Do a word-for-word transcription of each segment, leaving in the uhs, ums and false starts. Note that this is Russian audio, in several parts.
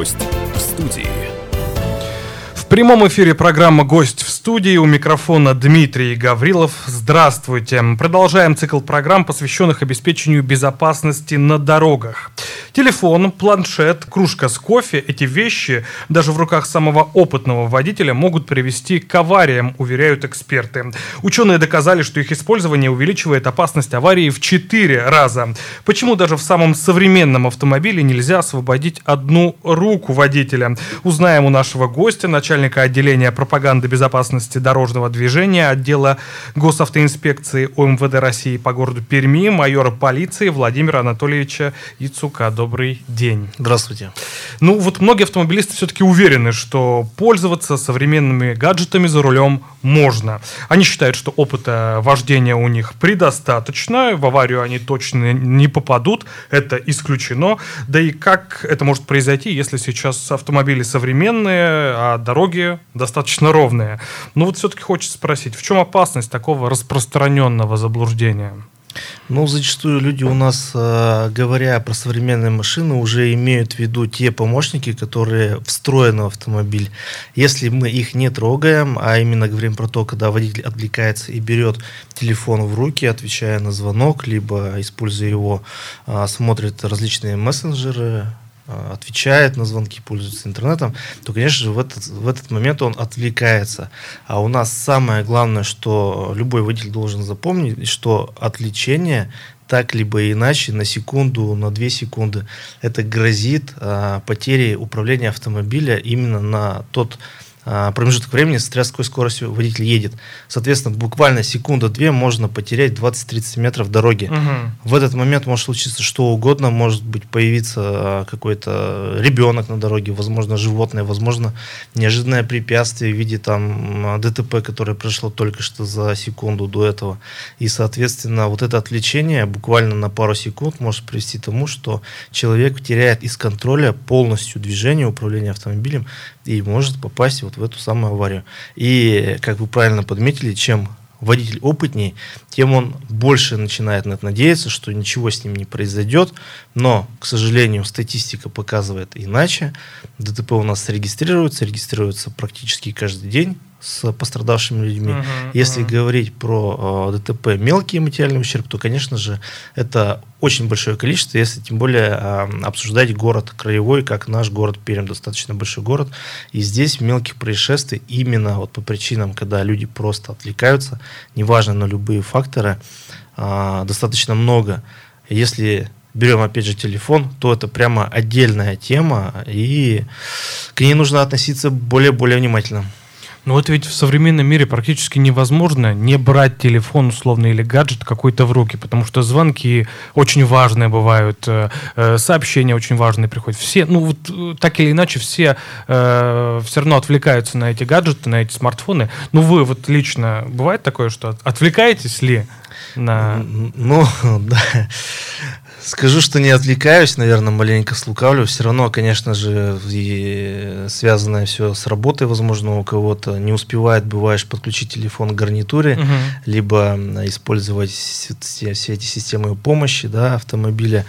Гость в студии. В прямом эфире программа «Гость в студии». У микрофона Дмитрий Гаврилов. Здравствуйте. Продолжаем цикл программ, посвященных обеспечению безопасности на дорогах. Телефон, планшет, кружка с кофе – эти вещи даже в руках самого опытного водителя могут привести к авариям, уверяют эксперты. Ученые доказали, что их использование увеличивает опасность аварии в четыре раза. Почему даже в самом современном автомобиле нельзя освободить одну руку водителя? Узнаем у нашего гостя, начальника отделения пропаганды безопасности дорожного движения отдела госавтоинспекции ОМВД России по городу Перми, майора полиции Владимира Анатольевича Яцука. Добрый день. Здравствуйте. Ну вот многие автомобилисты все-таки уверены, что пользоваться современными гаджетами за рулем можно. Они считают, что опыта вождения у них предостаточно, в аварию они точно не попадут, это исключено. Да и как это может произойти, если сейчас автомобили современные, а дороги достаточно ровные? Ну вот все-таки хочется спросить, в чем опасность такого распространенного заблуждения? Ну, зачастую люди у нас, говоря про современные машины, уже имеют в виду те помощники, которые встроены в автомобиль. Если мы их не трогаем, а именно говорим про то, когда водитель отвлекается и берет телефон в руки, отвечая на звонок, либо, используя его, смотрит различные мессенджеры, отвечает на звонки, пользуется интернетом, то, конечно же, в этот, в этот момент он отвлекается. А у нас самое главное, что любой водитель должен запомнить, что отвлечение так либо иначе на секунду, на две секунды, это грозит а, потерей управления автомобиля именно на тот промежуток времени, с какой скоростью водитель едет. Соответственно, буквально секунда-две можно потерять двадцать-тридцать метров дороги. Угу. В этот момент может случиться что угодно, может быть появиться какой-то ребенок на дороге, возможно, животное, возможно, неожиданное препятствие в виде там ДТП, которое произошло только что за секунду до этого. И, соответственно, вот это отвлечение буквально на пару секунд может привести к тому, что человек теряет из контроля полностью движение, управление автомобилем и может попасть вот в эту самую аварию. И, как вы правильно подметили, чем водитель опытнее, тем он больше начинает надеяться, что ничего с ним не произойдет. Но, к сожалению, статистика показывает иначе. ДТП у нас регистрируется, регистрируется практически каждый день с пострадавшими людьми. Uh-huh, Если uh-huh. говорить про э, ДТП мелкий материальный ущерб, то, конечно же, это очень большое количество, если тем более э, обсуждать город краевой, как наш город Пермь, достаточно большой город. И здесь мелких происшествий именно вот по причинам, когда люди просто отвлекаются, неважно на любые факторы, э, достаточно много. Если берем, опять же, телефон, то это прямо отдельная тема, и к ней нужно относиться более-более внимательно. Но это ведь в современном мире практически невозможно не брать телефон условно или гаджет какой-то в руки, потому что звонки очень важные бывают, сообщения очень важные приходят. Все, ну вот так или иначе, все э, все равно отвлекаются на эти гаджеты, на эти смартфоны. Ну вы вот лично, бывает такое, что отвлекаетесь ли на... Ну, да. Скажу, что не отвлекаюсь, наверное, маленько слукавлю. Все равно, конечно же, и связанное все с работой, возможно, у кого-то не успевает, бываешь, подключить телефон к гарнитуре, uh-huh. либо использовать все, все эти системы помощи, да, автомобиля.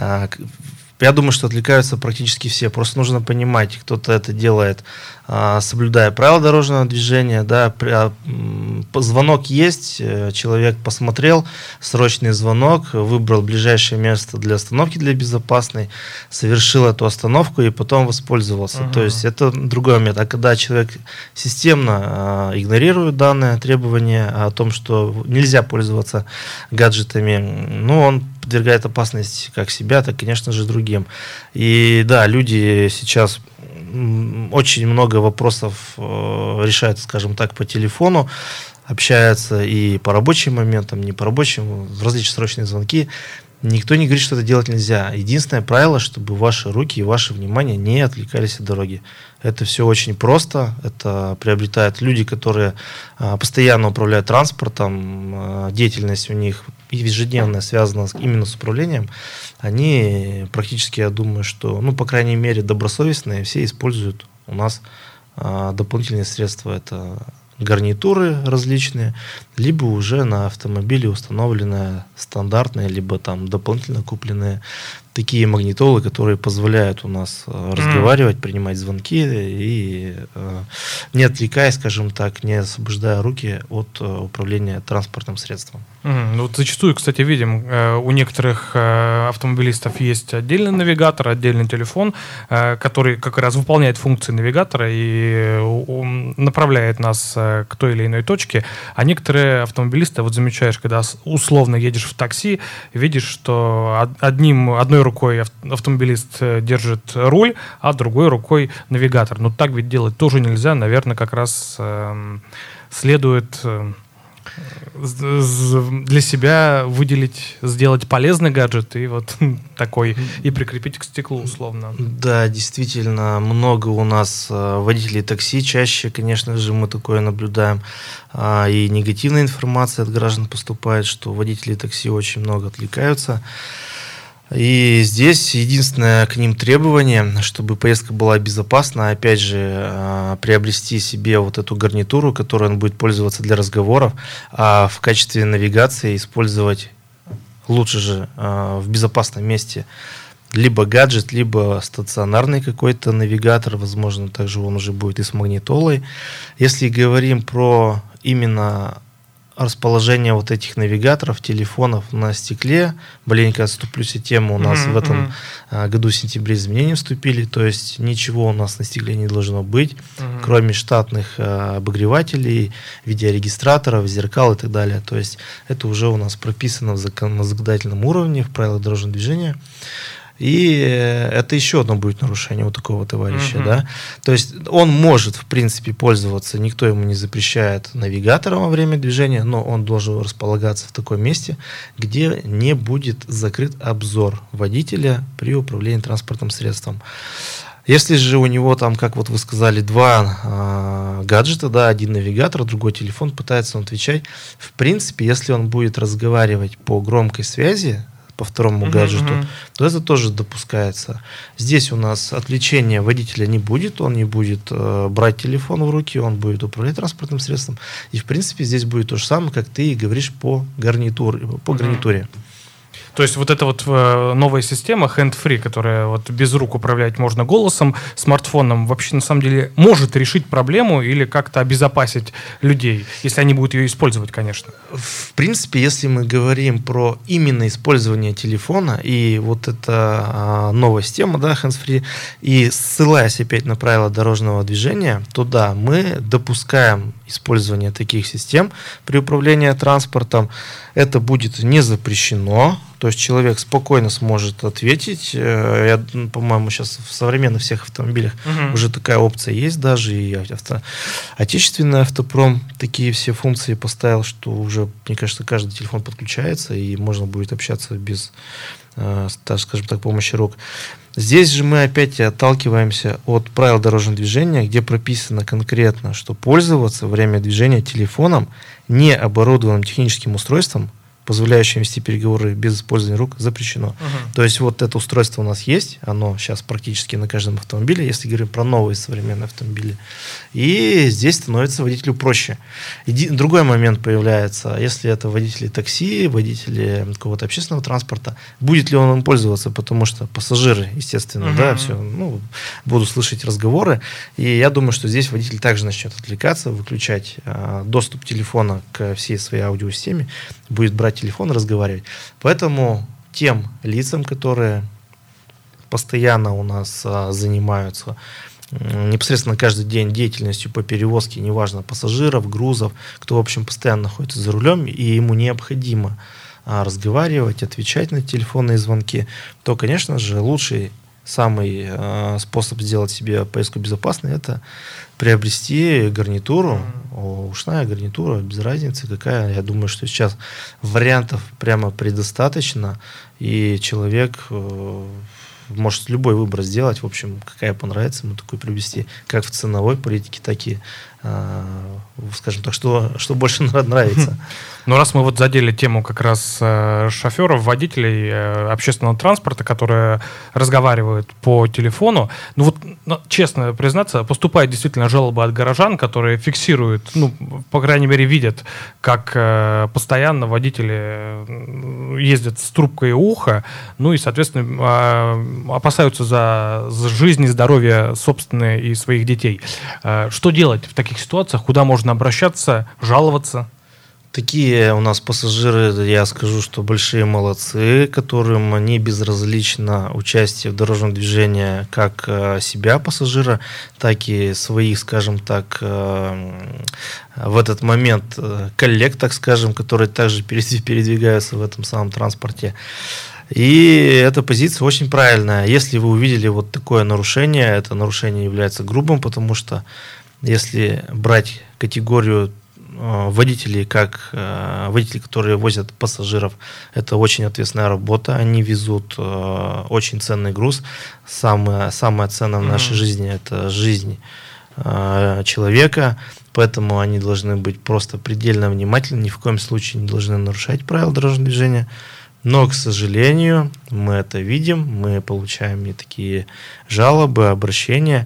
Я думаю, что отвлекаются практически все. Просто нужно понимать, кто-то это делает, соблюдая правила дорожного движения. Да, звонок есть, человек посмотрел, срочный звонок, выбрал ближайшее место для остановки, для безопасной, совершил эту остановку и потом воспользовался. Uh-huh. То есть это другой момент. А когда человек системно игнорирует данное требование о том, что нельзя пользоваться гаджетами, ну, он подвергает опасности как себя, так, конечно же, другим. И да, люди сейчас очень много вопросов э, решают, скажем так, по телефону, общаются и по рабочим моментам, не по рабочим, различные срочные звонки. Никто не говорит, что это делать нельзя. Единственное правило, чтобы ваши руки и ваше внимание не отвлекались от дороги. Это все очень просто. Это приобретают люди, которые а, постоянно управляют транспортом, а, деятельность у них ежедневная связана именно с управлением. Они практически, я думаю, что, ну, по крайней мере, добросовестные, все используют у нас а, дополнительные средства. Это гарнитуры различные, либо уже на автомобиле установленные стандартные, либо там дополнительно купленные такие магнитолы, которые позволяют у нас э, разговаривать, принимать звонки и э, не отвлекаясь, скажем так, не освобождая руки от э, управления транспортным средством. Mm, ну, вот зачастую, кстати, видим, э, у некоторых э, автомобилистов есть отдельный навигатор, отдельный телефон, э, который как раз выполняет функции навигатора и э, направляет нас э, к той или иной точке. А некоторые автомобилисты, вот замечаешь, когда условно едешь в такси, видишь, что одним, одной рукой автомобилист держит руль, а другой рукой навигатор. Но так ведь делать тоже нельзя. Наверное, как раз э, следует... Э, для себя выделить, сделать полезный гаджет и вот такой, и прикрепить к стеклу условно. Да, действительно, много у нас водителей такси, чаще, конечно же, мы такое наблюдаем, и негативная информация от граждан поступает, что водители такси очень много отвлекаются. И здесь единственное к ним требование, чтобы поездка была безопасна, опять же, приобрести себе вот эту гарнитуру, которой он будет пользоваться для разговоров, а в качестве навигации использовать лучше же в безопасном месте либо гаджет, либо стационарный какой-то навигатор, возможно, также он уже будет и с магнитолой. Если говорим про именно расположение вот этих навигаторов, телефонов на стекле, маленько отступлюсь от темы, у нас mm-hmm. в этом mm-hmm. году в сентябре изменения вступили, то есть ничего у нас на стекле не должно быть, mm-hmm. кроме штатных обогревателей, видеорегистраторов, зеркал и так далее. То есть это уже у нас прописано в закон, на законодательном уровне, в правилах дорожного движения. И это еще одно будет нарушение у такого товарища, uh-huh. да. То есть он может, в принципе, пользоваться, никто ему не запрещает навигатором во время движения, но он должен располагаться в таком месте, где не будет закрыт обзор водителя при управлении транспортным средством. Если же у него там, как вот вы сказали, два э, гаджета, да, один навигатор, другой телефон, пытается он отвечать, в принципе, если он будет разговаривать по громкой связи, по второму uh-huh, гаджету, uh-huh. то это тоже допускается. Здесь у нас отвлечения водителя не будет, он не будет э, брать телефон в руки, он будет управлять транспортным средством. И, в принципе, здесь будет то же самое, как ты и говоришь по гарнитуре. По uh-huh. гарнитуре. То есть вот эта вот э, новая система hand-free, которая вот без рук управлять можно голосом, смартфоном, вообще на самом деле может решить проблему или как-то обезопасить людей, если они будут ее использовать, конечно. В принципе, если мы говорим про именно использование телефона и вот эта э, новая система, да, hands-free, и ссылаясь опять на правила дорожного движения, то да, мы допускаем использование таких систем при управлении транспортом. Это будет не запрещено, то есть человек спокойно сможет ответить. Я, по-моему, сейчас в современных всех автомобилях uh-huh. уже такая опция есть, даже и авто... отечественный автопром такие все функции поставил, что уже, мне кажется, каждый телефон подключается и можно будет общаться без, скажем так, помощи рук. Здесь же мы опять отталкиваемся от правил дорожного движения, где прописано конкретно, что пользоваться во время движения телефоном, не оборудованным техническим устройством, позволяющим вести переговоры без использования рук, запрещено. Uh-huh. То есть вот это устройство у нас есть, оно сейчас практически на каждом автомобиле, если говорим про новые современные автомобили. И здесь становится водителю проще. И другой момент появляется, если это водители такси, водители какого-то общественного транспорта, будет ли он им пользоваться, потому что пассажиры, естественно, uh-huh. да, все, ну, будут слышать разговоры. И я думаю, что здесь водитель также начнет отвлекаться, выключать э, доступ телефона к всей своей аудиосистеме, будет брать телефон и разговаривать. Поэтому тем лицам, которые постоянно у нас а, занимаются м, непосредственно каждый день деятельностью по перевозке, неважно, пассажиров, грузов, кто, в общем, постоянно находится за рулем, и ему необходимо а, разговаривать, отвечать на телефонные звонки, то, конечно же, лучший самый э, способ сделать себе поездку безопасной — это приобрести гарнитуру, mm-hmm. ушная гарнитура, без разницы какая. Я думаю, что сейчас вариантов прямо предостаточно, и человек э, может любой выбор сделать, в общем, какая понравится ему такую приобрести, как в ценовой политике, так и скажем так, что, что больше нравится. Ну, раз мы вот задели тему как раз э, шоферов, водителей э, общественного транспорта, которые разговаривают по телефону, ну вот, ну, честно признаться, поступают действительно жалобы от горожан, которые фиксируют, ну, по крайней мере, видят, как э, постоянно водители ездят с трубкой у уха, ну и, соответственно, э, опасаются за, за жизнь и здоровье собственное и своих детей. Э, что делать в таких ситуациях? Куда можно обращаться, жаловаться? Такие у нас пассажиры, я скажу, что большие молодцы, которым не безразлично участие в дорожном движении как себя, пассажира, так и своих, скажем так, в этот момент коллег, так скажем, которые также передвигаются в этом самом транспорте. И эта позиция очень правильная. Если вы увидели вот такое нарушение, это нарушение является грубым, потому что если брать категорию водителей, как э, водители, которые возят пассажиров, это очень ответственная работа. Они везут э, очень ценный груз. Самое, самое ценное в нашей mm-hmm. жизни – это жизнь э, человека. Поэтому они должны быть просто предельно внимательны, ни в коем случае не должны нарушать правила дорожного движения. Но, к сожалению, мы это видим, мы получаем и такие жалобы, обращения,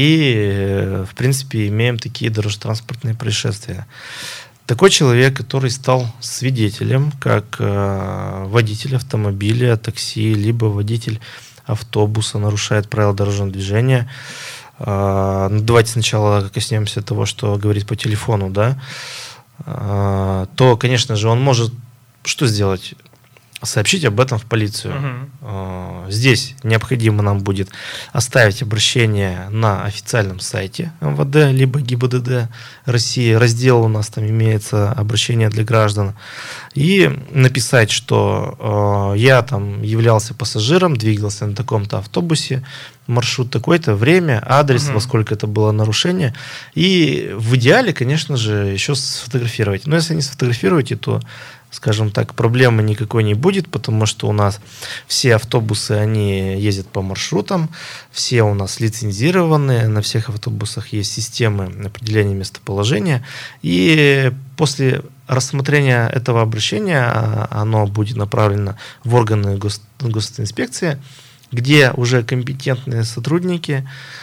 и, в принципе, имеем такие дорожно-транспортные происшествия. Такой человек, который стал свидетелем, как э, водитель автомобиля, такси, либо водитель автобуса нарушает правила дорожного движения. Э, ну, давайте сначала коснемся того, что говорит по телефону, да, э, то, конечно же, он может что сделать? Сообщить об этом в полицию. Uh-huh. Здесь необходимо нам будет оставить обращение на официальном сайте эм вэ дэ, либо гэ и бэ дэ дэ России. Раздел у нас там имеется обращение для граждан. И написать, что э, я там являлся пассажиром, двигался на таком-то автобусе, маршрут такой-то, время, адрес, uh-huh. во сколько это было нарушение. И в идеале, конечно же, еще сфотографировать. Но если не сфотографируете, то, скажем так, проблемы никакой не будет, потому что у нас все автобусы, они ездят по маршрутам, все у нас лицензированные, на всех автобусах есть системы определения местоположения, и после рассмотрения этого обращения оно будет направлено в органы гос- госинспекции, где уже компетентные сотрудники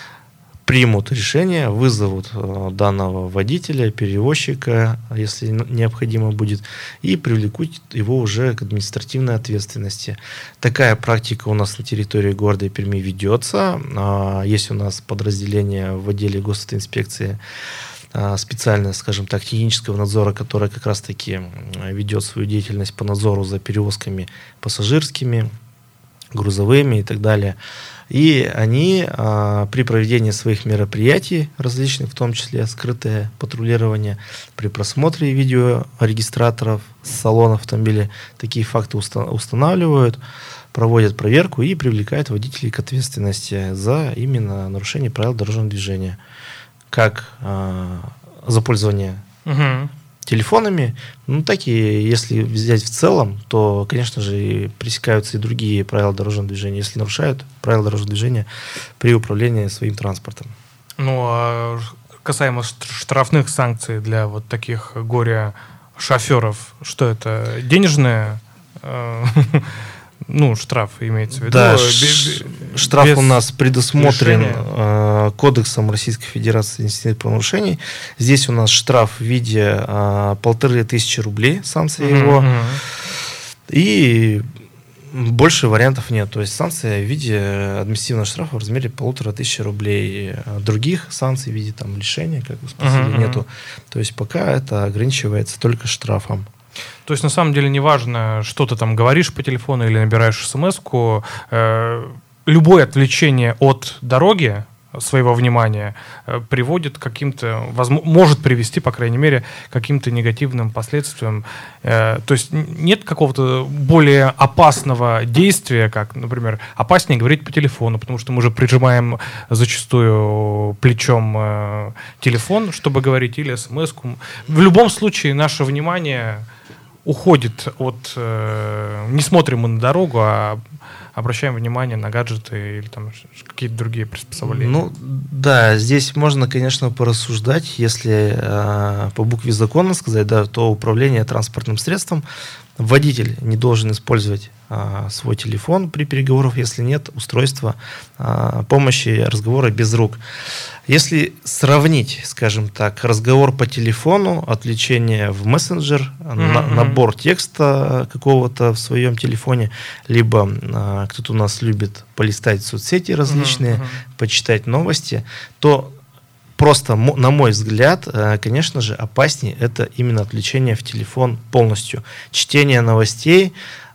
примут решение, вызовут данного водителя, перевозчика, если необходимо будет, и привлекут его уже к административной ответственности. Такая практика у нас на территории города Перми ведется. Есть у нас подразделение в отделе госинспекции специальное, скажем так, технического надзора, которое как раз-таки ведет свою деятельность по надзору за перевозками пассажирскими, грузовыми и так далее. И они а, при проведении своих мероприятий различных, в том числе скрытое патрулирование, при просмотре видеорегистраторов с салона автомобиля, такие факты уста- устанавливают, проводят проверку и привлекают водителей к ответственности за именно нарушение правил дорожного движения. Как а, за пользование угу. телефонами, ну так и если взять в целом, то, конечно же, и пресекаются и другие правила дорожного движения, если нарушают правила дорожного движения при управлении своим транспортом. Ну, а касаемо штрафных санкций для вот таких горе-шоферов, что это? Денежные? Ну, штраф имеется в виду. Да, ш- штраф у нас предусмотрен э, Кодексом Российской Федерации административных правонарушений. Здесь у нас штраф в виде э, полторы тысячи рублей, санкция uh-huh, его. Uh-huh. И больше вариантов нет. То есть санкция в виде административного штрафа в размере полутора тысячи рублей. Других санкций в виде там, лишения, как вы спросили, uh-huh, нету. То есть пока это ограничивается только штрафом. То есть, на самом деле, неважно, что ты там говоришь по телефону или набираешь смс-ку, э, любое отвлечение от дороги своего внимания э, приводит к каким-то, возможно, может привести, по крайней мере, к каким-то негативным последствиям. Э, то есть нет какого-то более опасного действия, как, например, опаснее говорить по телефону, потому что мы же прижимаем зачастую плечом э, телефон, чтобы говорить, или смс-ку. В любом случае наше внимание уходит от... Э, не смотрим мы на дорогу, а обращаем внимание на гаджеты или там какие-то другие приспособления? Ну, да, здесь можно, конечно, порассуждать, если э, по букве закона сказать, да, то управление транспортным средством водитель не должен использовать а, свой телефон при переговорах, если нет устройства а, помощи разговора без рук. Если сравнить, скажем так, разговор по телефону, отвлечение в мессенджер, mm-hmm. на, набор текста какого-то в своем телефоне, либо а, кто-то у нас любит полистать соцсети различные, mm-hmm. почитать новости, то просто, на мой взгляд, конечно же, опаснее это именно отвлечение в телефон полностью. Чтение новостей,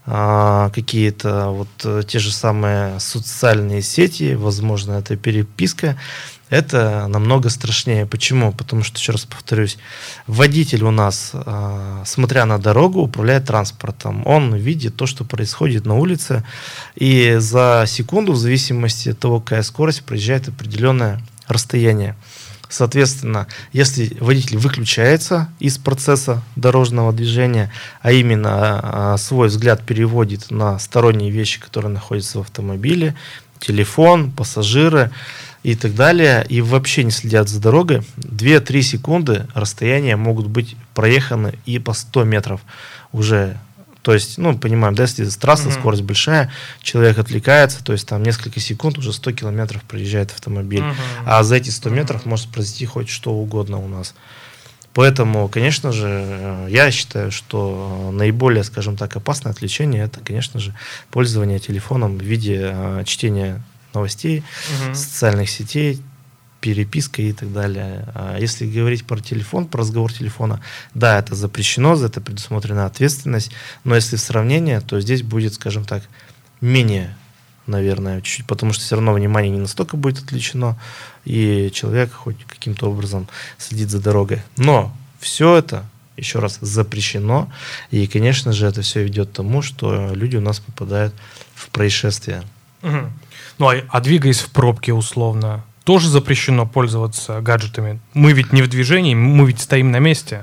какие-то вот те же самые социальные сети, возможно, это переписка, это намного страшнее. Почему? Потому что, еще раз повторюсь, водитель у нас, смотря на дорогу, управляет транспортом. Он видит то, что происходит на улице, и за секунду, в зависимости от того, какая скорость, проезжает определенное расстояние. Соответственно, если водитель выключается из процесса дорожного движения, а именно свой взгляд переводит на сторонние вещи, которые находятся в автомобиле, телефон, пассажиры и так далее, и вообще не следят за дорогой, две-три секунды расстояния могут быть проеханы и по сто метров уже. То есть, ну, понимаем, да, если трасса, uh-huh. скорость большая, человек отвлекается, то есть там несколько секунд уже сто километров проезжает автомобиль. Uh-huh. А за эти сто метров uh-huh. может произойти хоть что угодно у нас. Поэтому, конечно же, я считаю, что наиболее, скажем так, опасное отвлечение — это, конечно же, пользование телефоном в виде э, чтения новостей, uh-huh. социальных сетей, переписка и так далее. Если говорить про телефон, про разговор телефона, да, это запрещено, за это предусмотрена ответственность, но если в сравнение, то здесь будет, скажем так, менее, наверное, чуть-чуть, потому что все равно внимание не настолько будет отвлечено, и человек хоть каким-то образом следит за дорогой. Но все это, еще раз, запрещено, и, конечно же, это все ведет к тому, что люди у нас попадают в происшествия. Угу. Ну, а, а двигаясь в пробке условно, тоже запрещено пользоваться гаджетами? Мы ведь не в движении, мы ведь стоим на месте.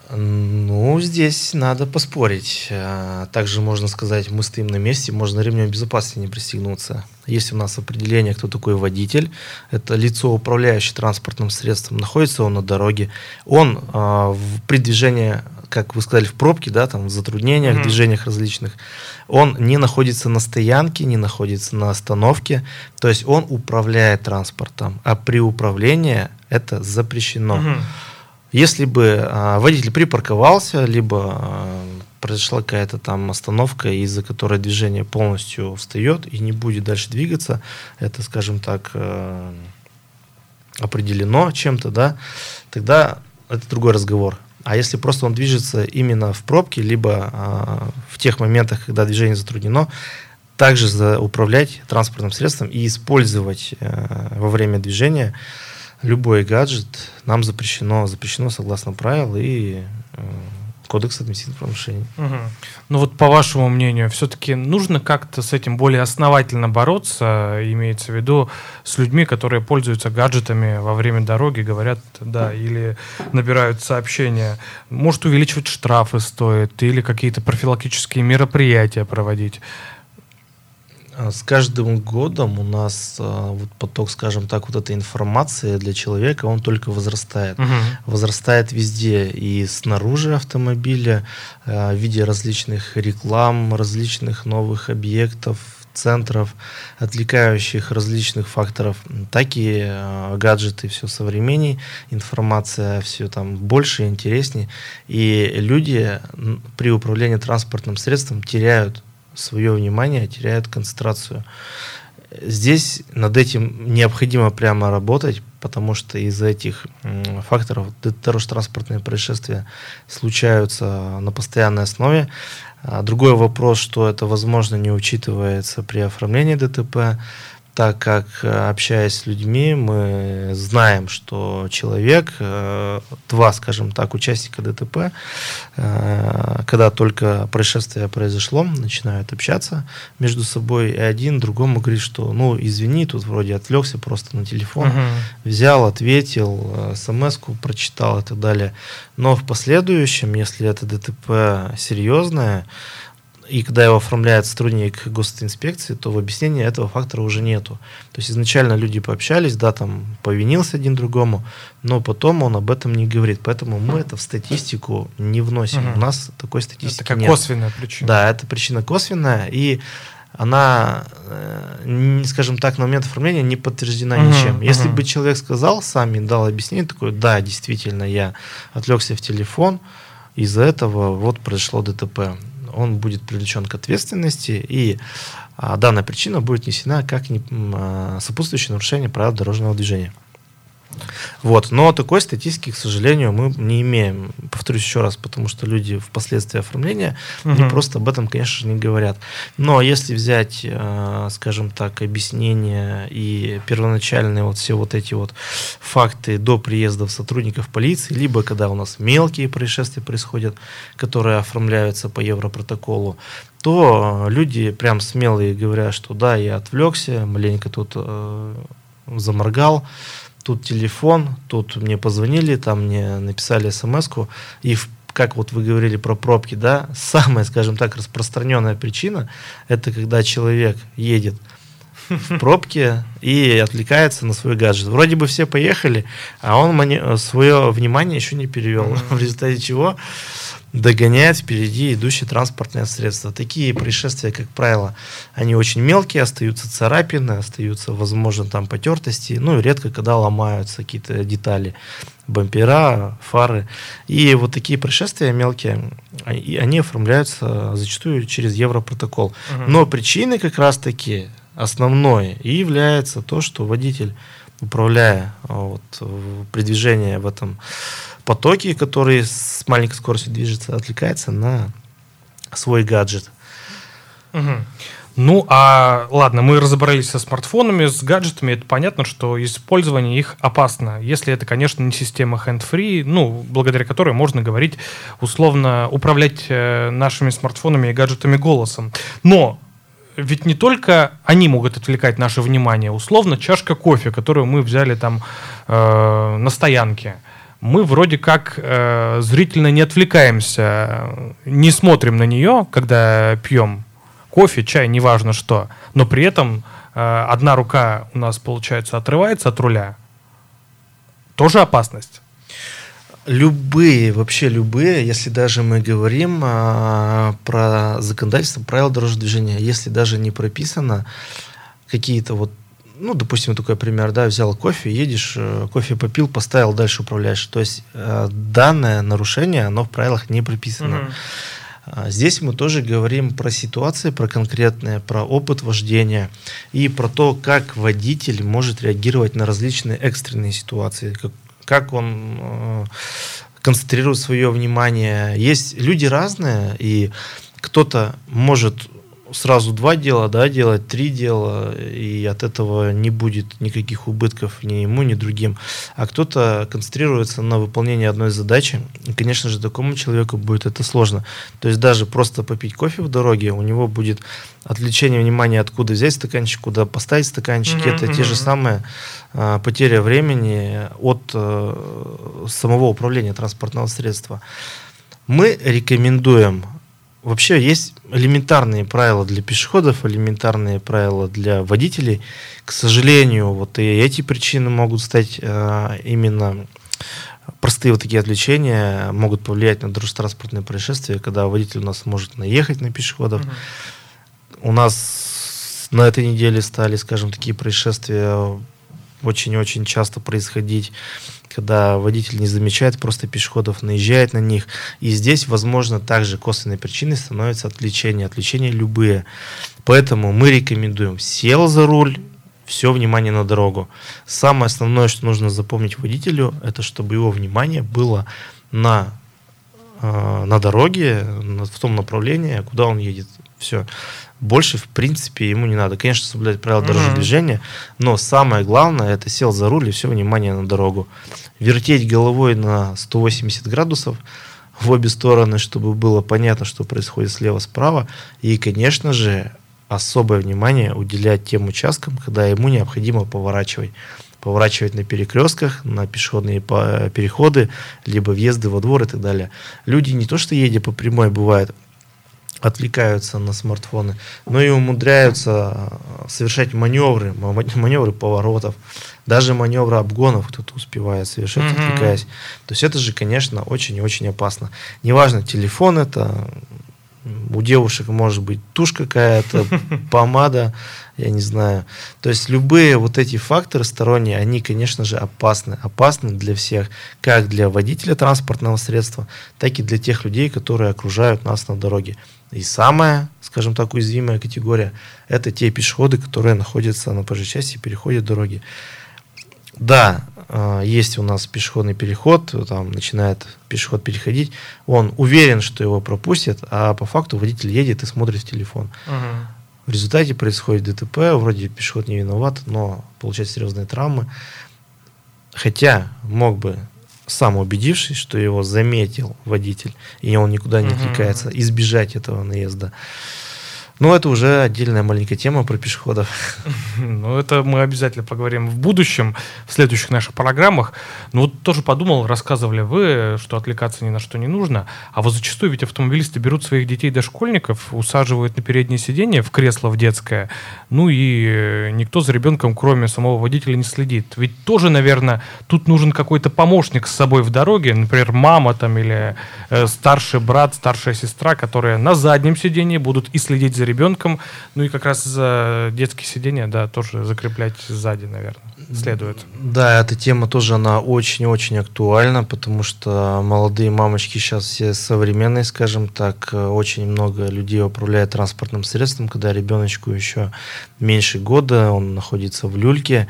Ну, здесь надо поспорить. Также можно сказать, мы стоим на месте, можно ремнем безопасности не пристегнуться. Есть у нас определение, кто такой водитель. Это лицо, управляющее транспортным средством. Находится он на дороге. Он э, при движении, как вы сказали, в пробке, да, там, в затруднениях, mm-hmm. движениях различных, он не находится на стоянке, не находится на остановке. То есть он управляет транспортом. А при управлении это запрещено. Mm-hmm. Если бы а, водитель припарковался, либо а, произошла какая-то там остановка, из-за которой движение полностью встает и не будет дальше двигаться, это, скажем так, а, определено чем-то, да, тогда это другой разговор. А если просто он движется именно в пробке, либо а, в тех моментах, когда движение затруднено, также за, управлять транспортным средством и использовать а, во время движения любой гаджет нам запрещено, запрещено согласно правил и э, Кодекса административных правонарушений. Угу. Ну вот по вашему мнению, все-таки нужно как-то с этим более основательно бороться, имеется в виду с людьми, которые пользуются гаджетами во время дороги, говорят, да, или набирают сообщения. Может, увеличивать штрафы стоит или какие-то профилактические мероприятия проводить? С каждым годом у нас а, вот поток, скажем так, вот этой информации для человека, он только возрастает. Угу. Возрастает везде, и снаружи автомобиля, а, в виде различных реклам, различных новых объектов, центров, отвлекающих различных факторов, так и а, гаджеты все современней, информация все там больше и интереснее. И люди при управлении транспортным средством теряют свое внимание, теряют концентрацию. Здесь над этим необходимо прямо работать, потому что из-за этих факторов дорожно-транспортные происшествия случаются на постоянной основе. Другой вопрос, что это, возможно, не учитывается при оформлении ДТП, так как, общаясь с людьми, мы знаем, что человек, два, скажем так, участника ДТП, когда только происшествие произошло, начинают общаться между собой, и один другому говорит, что, ну, извини, тут вроде отвлекся просто на телефон, uh-huh. взял, ответил, смс-ку прочитал и так далее. Но в последующем, если это ДТП серьезное, и когда его оформляет сотрудник госинспекции, то в объяснении этого фактора уже нету. То есть изначально люди пообщались, да, там повинился один другому, но потом он об этом не говорит. Поэтому мы это в статистику не вносим. Угу. У нас такой статистики это как нет. Косвенная причина. Да, это причина косвенная, и она, э, скажем так, на момент оформления не подтверждена uh-huh, ничем. Если uh-huh. бы человек сказал сам и дал объяснение такое, да, действительно, я отвлекся в телефон, из-за этого вот произошло ДТП, он будет привлечен к ответственности, и а, данная причина будет несена как не, а, сопутствующее нарушение правил дорожного движения. Вот. Но такой статистики, к сожалению, мы не имеем. Повторюсь еще раз, потому что люди впоследствии оформления угу. они просто об этом, конечно же, не говорят. Но если взять, скажем так, объяснения и первоначальные вот все вот эти вот факты до приезда сотрудников полиции, либо когда у нас мелкие происшествия происходят, которые оформляются по Европротоколу, то люди прям смелые говорят, что да, я отвлекся, маленько тут э, заморгал, тут телефон, тут мне позвонили, там мне написали смс-ку, и в, как вот вы говорили про пробки, да, самая, скажем так, распространенная причина, это когда человек едет в пробке и отвлекается на свой гаджет. Вроде бы все поехали, а он мани- свое внимание еще не перевел, в результате чего догоняет впереди идущие транспортные средства. Такие происшествия, как правило, они очень мелкие, остаются царапины, остаются, возможно, там потертости, ну и редко когда ломаются какие-то детали, бампера, фары. И вот такие происшествия мелкие, они, они оформляются зачастую через Европротокол. Uh-huh. Но причиной как раз-таки основной и является то, что водитель, управляя вот, при движении в этом потоке, который с маленькой скоростью движется, отвлекается на свой гаджет. Угу. Ну, а ладно, мы разобрались со смартфонами, с гаджетами. Это понятно, что использование их опасно, если это, конечно, не система hand-free, ну, благодаря которой можно говорить, условно, управлять э, нашими смартфонами и гаджетами голосом. Но ведь не только они могут отвлекать наше внимание. Условно, чашка кофе, которую мы взяли там э, на стоянке. Мы вроде как э, зрительно не отвлекаемся, не смотрим на нее, когда пьем кофе, чай, неважно что, но при этом э, одна рука у нас, получается, отрывается от руля. Тоже опасность. Любые, вообще любые, если даже мы говорим а, про законодательство, правила дорожного движения, если даже не прописано какие-то вот, ну, допустим, такой пример, да, взял кофе, едешь, кофе попил, поставил, дальше управляешь. То есть э, данное нарушение, оно в правилах не прописано. Mm-hmm. Здесь мы тоже говорим про ситуации, про конкретные, про опыт вождения и про то, как водитель может реагировать на различные экстренные ситуации, как, как он э, концентрирует свое внимание. Есть люди разные, и кто-то может сразу два дела, да, делать три дела, и от этого не будет никаких убытков ни ему, ни другим. А кто-то концентрируется на выполнении одной задачи, и, конечно же, такому человеку будет это сложно. То есть даже просто попить кофе в дороге, у него будет отвлечение внимания, откуда взять стаканчик, куда поставить стаканчик. Mm-hmm, это mm-hmm. те же самые а, потеря времени от а, самого управления транспортного средства. Мы рекомендуем. Вообще есть элементарные правила для пешеходов, элементарные правила для водителей. К сожалению, вот и эти причины могут стать э, именно простые вот такие отвлечения, могут повлиять на дорожно-транспортные происшествия, когда водитель у нас может наехать на пешеходов. Mm-hmm. У нас на этой неделе стали, скажем, такие происшествия очень-очень часто происходить, когда водитель не замечает просто пешеходов, наезжает на них. И здесь, возможно, также косвенной причиной становится отвлечение. Отвлечения любые. Поэтому мы рекомендуем: сел за руль, все внимание на дорогу. Самое основное, что нужно запомнить водителю, это чтобы его внимание было на, э, на дороге, в том направлении, куда он едет. Все. Больше, в принципе, ему не надо. Конечно, соблюдать правила дорожного mm-hmm. движения, но самое главное, это сел за руль и все внимание на дорогу. Вертеть головой на сто восемьдесят градусов в обе стороны, чтобы было понятно, что происходит слева-справа. И, конечно же, особое внимание уделять тем участкам, когда ему необходимо поворачивать. Поворачивать на перекрестках, на пешеходные переходы, либо въезды во двор и так далее. Люди не то что едя по прямой, бывает, отвлекаются на смартфоны, но и умудряются совершать маневры, маневры поворотов, даже маневры обгонов кто-то успевает совершать, mm-hmm. отвлекаясь. То есть это же, конечно, очень и очень опасно. Неважно, телефон это, у девушек может быть тушь какая-то, помада, я не знаю. То есть любые вот эти факторы сторонние, они, конечно же, опасны. Опасны для всех, как для водителя транспортного средства, так и для тех людей, которые окружают нас на дороге. И самая, скажем так, уязвимая категория – это те пешеходы, которые находятся на проезжей части и переходят дороги. Да, есть у нас пешеходный переход, там начинает пешеход переходить, он уверен, что его пропустят, а по факту водитель едет и смотрит в телефон. Угу. В результате происходит ДТП, вроде пешеход не виноват, но получает серьезные травмы. Хотя мог бы, сам убедившись, что его заметил водитель, и он никуда не отвлекается, uh-huh. избежать этого наезда. Но это уже отдельная маленькая тема про пешеходов. Ну, это мы обязательно поговорим в будущем, в следующих наших программах. Но вот тоже подумал, рассказывали вы, что отвлекаться ни на что не нужно. А вот зачастую ведь автомобилисты берут своих детей дошкольников, усаживают на переднее сиденье в кресло в детское. Ну и никто за ребенком, кроме самого водителя, не следит. Ведь тоже, наверное, тут нужен какой-то помощник с собой в дороге. Например, мама там или э, старший брат, старшая сестра, которые на заднем сиденье будут и следить за ребенком, ну и как раз за детские сиденья, да, тоже закреплять сзади, наверное, следует. Да, эта тема тоже, она очень-очень актуальна, потому что молодые мамочки сейчас все современные, скажем так, очень много людей управляют транспортным средством, когда ребеночку еще меньше года, он находится в люльке.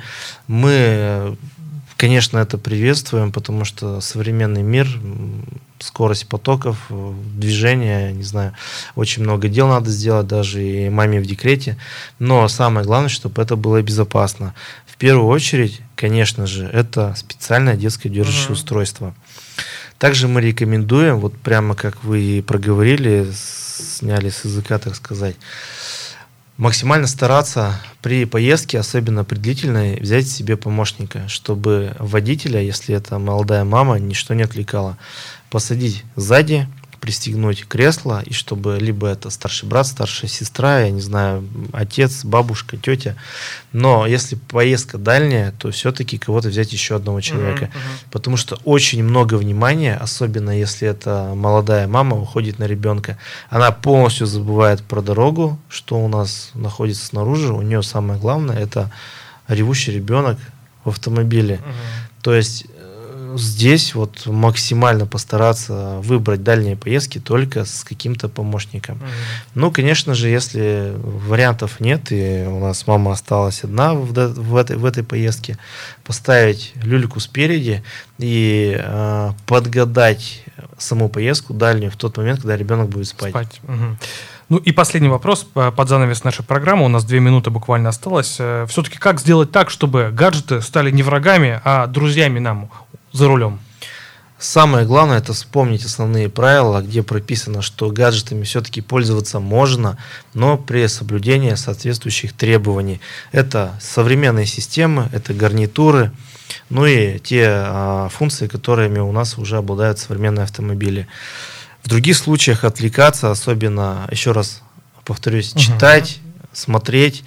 Мы, конечно, это приветствуем, потому что современный мир, скорость потоков, движения, не знаю, очень много дел надо сделать, даже и маме в декрете. Но самое главное, чтобы это было безопасно. В первую очередь, конечно же, это специальное детское держащее uh-huh. устройство. Также мы рекомендуем, вот прямо как вы и проговорили, сняли с языка, так сказать, максимально стараться при поездке, особенно при длительной, взять себе помощника, чтобы водителя, если это молодая мама, ничто не отвлекало. Посадить сзади, пристегнуть кресло, и чтобы либо это старший брат, старшая сестра, я не знаю, отец, бабушка, тетя. Но если поездка дальняя, то все-таки кого-то взять еще одного человека. Uh-huh, uh-huh. Потому что очень много внимания, особенно если это молодая мама, уходит на ребенка. Она полностью забывает про дорогу, что у нас находится снаружи. У нее самое главное – это ревущий ребенок в автомобиле. Uh-huh. То есть здесь вот максимально постараться выбрать дальние поездки только с каким-то помощником. Mm-hmm. Ну, конечно же, если вариантов нет, и у нас мама осталась одна в, в, этой, в этой поездке, поставить люльку спереди и э, подгадать саму поездку дальнюю в тот момент, когда ребенок будет спать. спать. Угу. Ну и последний вопрос под занавес нашей программы. У нас две минуты буквально осталось. Все-таки как сделать так, чтобы гаджеты стали не врагами, а друзьями нам за рулем? Самое главное – это вспомнить основные правила, где прописано, что гаджетами все-таки пользоваться можно, но при соблюдении соответствующих требований. Это современные системы, это гарнитуры, ну и те а, функции, которыми у нас уже обладают современные автомобили. В других случаях отвлекаться, особенно, еще раз повторюсь, uh-huh. читать, смотреть,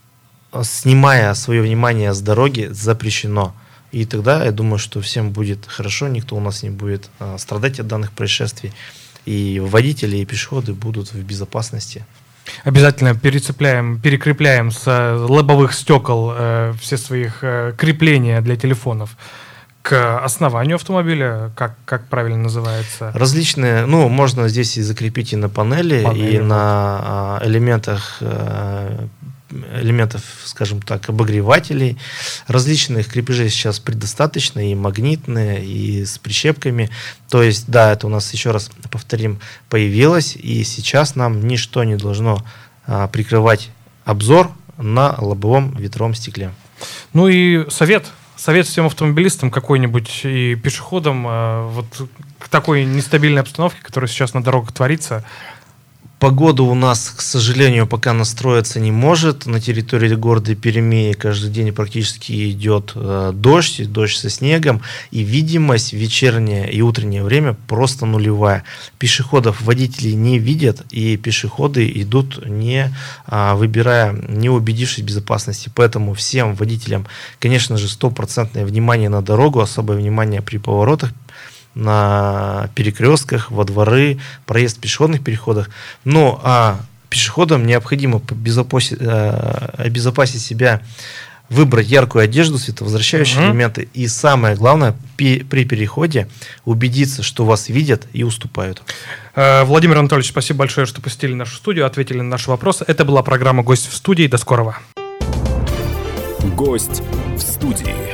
снимая свое внимание с дороги, запрещено. И тогда, я думаю, что всем будет хорошо, никто у нас не будет а, страдать от данных происшествий, и водители, и пешеходы будут в безопасности. Обязательно перецепляем, перекрепляем с лобовых стекол э, все своих э, крепления для телефонов к основанию автомобиля, как, как правильно называется? Различные, ну, можно здесь и закрепить и на панели, панели и вот. на а, элементах а, элементов, скажем так, обогревателей. Различных крепежей сейчас предостаточно, и магнитные, и с прищепками. То есть, да, это у нас, еще раз повторим, появилось, и сейчас нам ничто не должно а, прикрывать обзор на лобовом ветровом стекле. Ну и совет. Совет всем автомобилистам какой-нибудь и пешеходам а, вот к такой нестабильной обстановке, которая сейчас на дорогах творится. Погода у нас, к сожалению, пока настроиться не может. На территории города Перми каждый день практически идет э, дождь, дождь со снегом, и видимость в вечернее и утреннее время просто нулевая. Пешеходов водители не видят, и пешеходы идут, не э, выбирая, не убедившись в безопасности. Поэтому всем водителям, конечно же, стопроцентное внимание на дорогу, особое внимание при поворотах, на перекрестках, во дворы, проезд в пешеходных переходах. Ну, а пешеходам необходимо обезопасить себя, выбрать яркую одежду, световозвращающие uh-huh. элементы. И самое главное, при переходе убедиться, что вас видят и уступают. Владимир Анатольевич, спасибо большое, что посетили нашу студию, ответили на наши вопросы. Это была программа «Гость в студии». До скорого. Гость в студии.